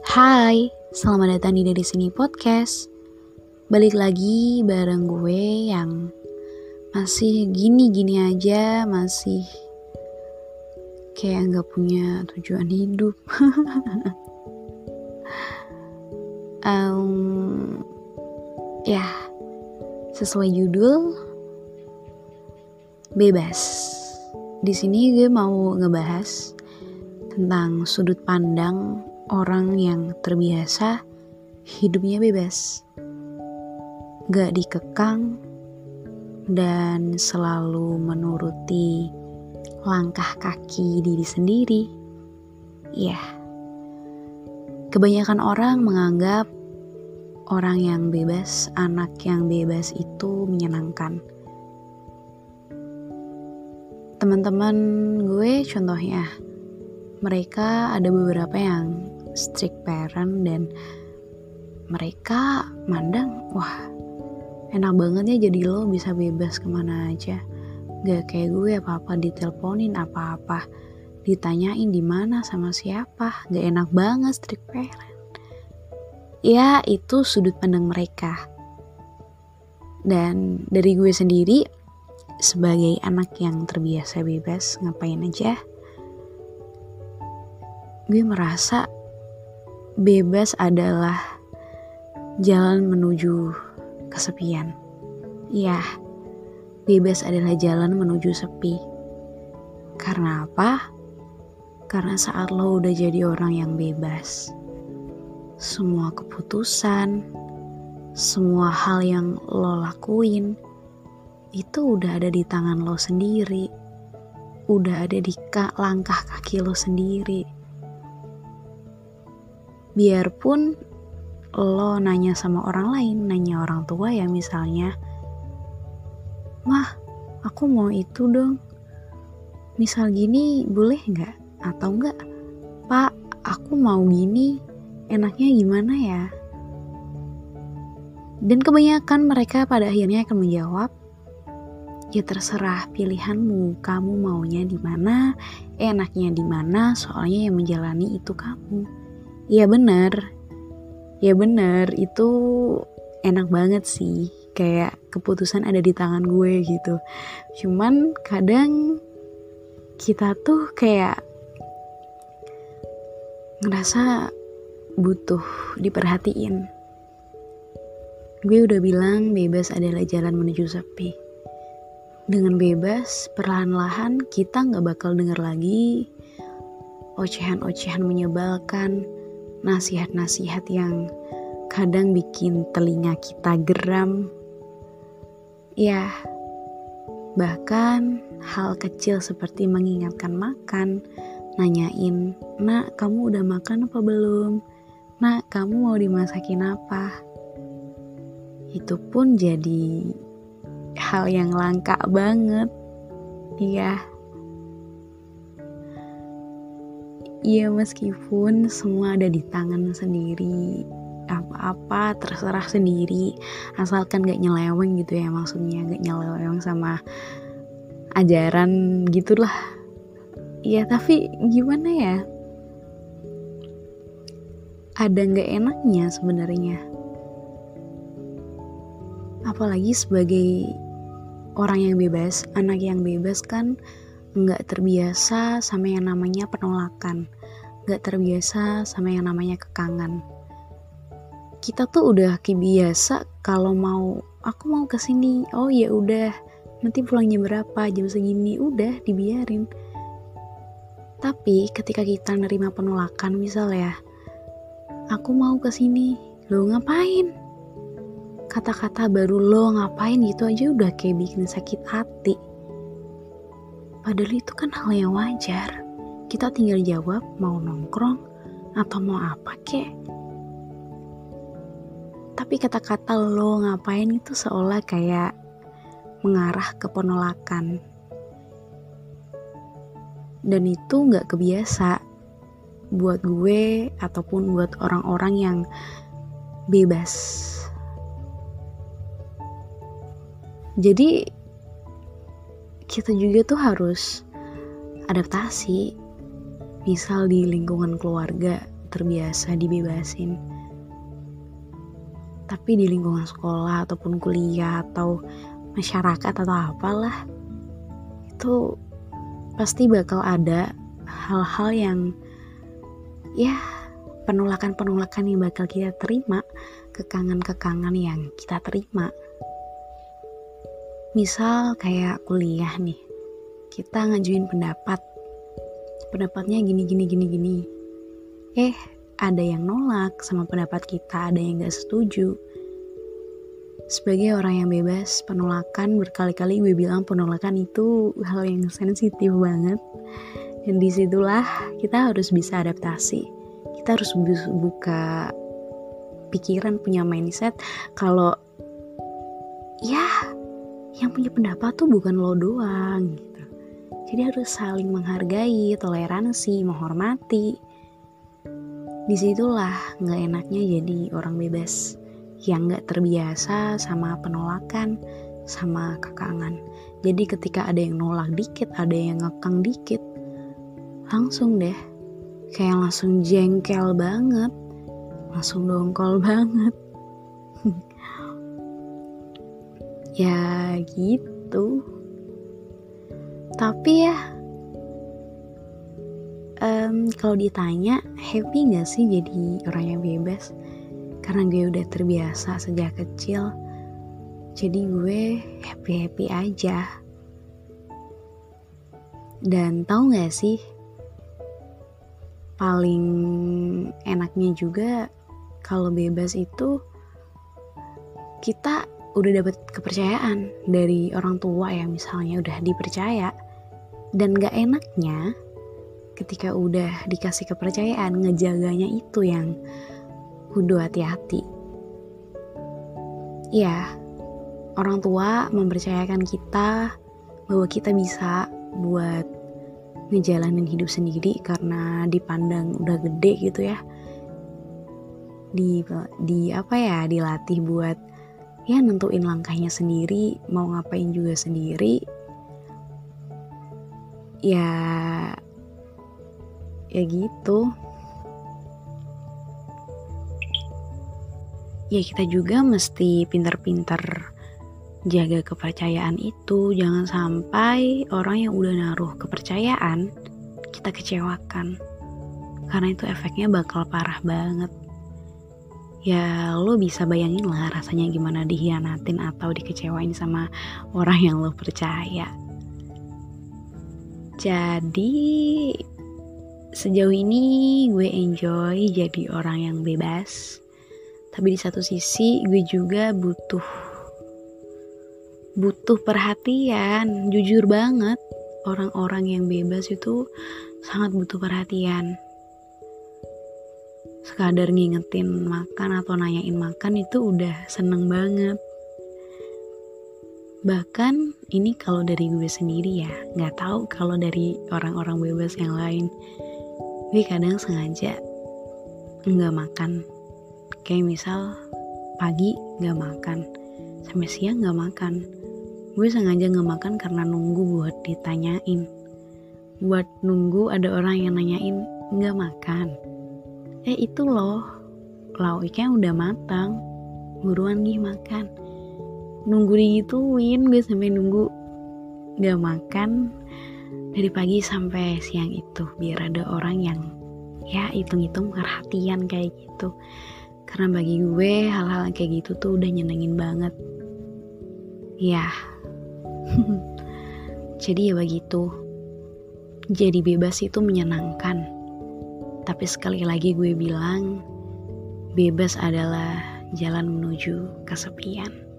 Hai, selamat datang di Dari Sini Podcast. Balik lagi bareng gue yang masih gini-gini aja, masih kayak gak punya tujuan hidup. Ya, sesuai judul, bebas. Di sini gue mau ngebahas tentang sudut pandang orang yang terbiasa hidupnya bebas, gak dikekang, dan selalu menuruti langkah kaki diri sendiri. Ya, kebanyakan orang menganggap orang yang bebas, anak yang bebas itu menyenangkan. Teman-teman gue contohnya, mereka ada beberapa yang strict parent dan mereka mandang, wah enak banget ya jadi lo bisa bebas kemana aja, gak kayak gue apa-apa diteleponin, apa-apa ditanyain di mana sama siapa, gak enak banget strict parent. Ya itu sudut pandang mereka. Dan dari gue sendiri sebagai anak yang terbiasa bebas ngapain aja, gue merasa bebas adalah jalan menuju kesepian. Ya, bebas adalah jalan menuju sepi. Karena apa? Karena saat lo udah jadi orang yang bebas, semua keputusan, semua hal yang lo lakuin, itu udah ada di tangan lo sendiri. Udah ada di langkah kaki lo sendiri. Biarpun lo nanya sama orang lain, nanya orang tua ya misalnya, "Mah, aku mau itu dong. Misal gini boleh nggak? Atau enggak, Pak, aku mau gini, enaknya gimana ya?" Dan kebanyakan mereka pada akhirnya akan menjawab, "Ya terserah pilihanmu, kamu maunya di mana, enaknya di mana, soalnya yang menjalani itu kamu." Ya bener, itu enak banget sih, kayak keputusan ada di tangan gue gitu. Cuman kadang kita tuh kayak ngerasa butuh diperhatiin. Gue udah bilang bebas adalah jalan menuju sepi. Dengan bebas, perlahan-lahan kita gak bakal denger lagi ocehan-ocehan menyebalkan, nasihat-nasihat yang kadang bikin telinga kita geram. Ya, bahkan hal kecil seperti mengingatkan makan, nanyain, "Nak, kamu udah makan apa belum? Nak, kamu mau dimasakin apa?" Itu pun jadi hal yang langka banget. Iya, meskipun semua ada di tangan sendiri, apa-apa terserah sendiri, asalkan gak nyeleweng gitu ya, maksudnya gak nyeleweng sama ajaran gitulah. Iya, tapi gimana ya, ada gak enaknya sebenarnya. Apalagi sebagai orang yang bebas, anak yang bebas kan gak terbiasa sama yang namanya penolakan, gak terbiasa sama yang namanya kekangan. Kita tuh udah kebiasa kalau aku mau kesini, oh ya udah, nanti pulang jam berapa, jam segini, udah dibiarin. Tapi ketika kita nerima penolakan, misal ya, "Aku mau kesini," lo ngapain? Kata-kata baru lo ngapain gitu aja udah kayak bikin sakit hati. Padahal itu kan hal yang wajar. Kita tinggal jawab mau nongkrong atau mau apa kek. Tapi kata-kata lo ngapain itu seolah kayak mengarah ke penolakan. Dan itu gak kebiasa buat gue ataupun buat orang-orang yang bebas. Jadi kita juga tuh harus adaptasi. Misal di lingkungan keluarga, terbiasa dibebasin. Tapi di lingkungan sekolah ataupun kuliah atau masyarakat atau apalah, itu pasti bakal ada hal-hal yang ya penolakan-penolakan yang bakal kita terima, kekangan-kekangan yang kita terima. Misal kayak kuliah nih, kita ngajuin pendapatnya gini. Ada yang nolak sama pendapat kita, ada yang gak setuju. Sebagai orang yang bebas, penolakan berkali-kali gue bilang penolakan itu hal yang sensitif banget. Dan disitulah kita harus bisa adaptasi. Kita harus buka pikiran, punya mindset kalau ya yang punya pendapat tuh bukan lo doang gitu. Jadi harus saling menghargai, toleransi, menghormati. Disitulah gak enaknya jadi orang bebas yang gak terbiasa sama penolakan, sama kekangan. Jadi ketika ada yang nolak dikit, ada yang ngekang dikit, langsung deh kayak langsung jengkel banget, langsung dongkol banget. Ya gitu. Tapi ya kalau ditanya happy gak sih jadi orang yang bebas? Karena gue udah terbiasa sejak kecil, jadi gue happy aja. Dan tahu gak sih, paling enaknya juga kalau bebas itu kita udah dapet kepercayaan dari orang tua yang misalnya udah dipercaya. Dan gak enaknya ketika udah dikasih kepercayaan, ngejaganya itu yang kudu hati-hati. Ya, orang tua mempercayakan kita bahwa kita bisa buat ngejalanin hidup sendiri karena dipandang udah gede gitu ya. Dilatih buat ya nentuin langkahnya sendiri, mau ngapain juga sendiri. Ya gitu. Ya kita juga mesti pintar-pintar jaga kepercayaan itu. Jangan sampai orang yang udah naruh kepercayaan kita kecewakan, karena itu efeknya bakal parah banget. Ya lo bisa bayangin lah rasanya gimana dihianatin atau dikecewain sama orang yang lo percaya. Jadi sejauh ini gue enjoy jadi orang yang bebas. Tapi di satu sisi gue juga butuh perhatian. Jujur banget, orang-orang yang bebas itu sangat butuh perhatian. Sekadar ngingetin makan atau nanyain makan itu udah seneng banget. Bahkan ini kalau dari gue sendiri ya, gak tahu kalau dari orang-orang bebas yang lain. Gue kadang sengaja gak makan. Kayak misal pagi gak makan, sampai siang gak makan. Gue sengaja gak makan karena nunggu buat ditanyain, buat nunggu ada orang yang nanyain gak makan. Itu loh, lauknya udah matang, buruan gih makan. Nunggu digituin, gue sampai nunggu gak makan dari pagi sampai siang itu, biar ada orang yang ya hitung-hitung perhatian kayak gitu. Karena bagi gue hal-hal kayak gitu tuh udah nyenengin banget. Ya. Jadi ya begitu. Jadi bebas itu menyenangkan. Tapi sekali lagi gue bilang, bebas adalah jalan menuju kesepian.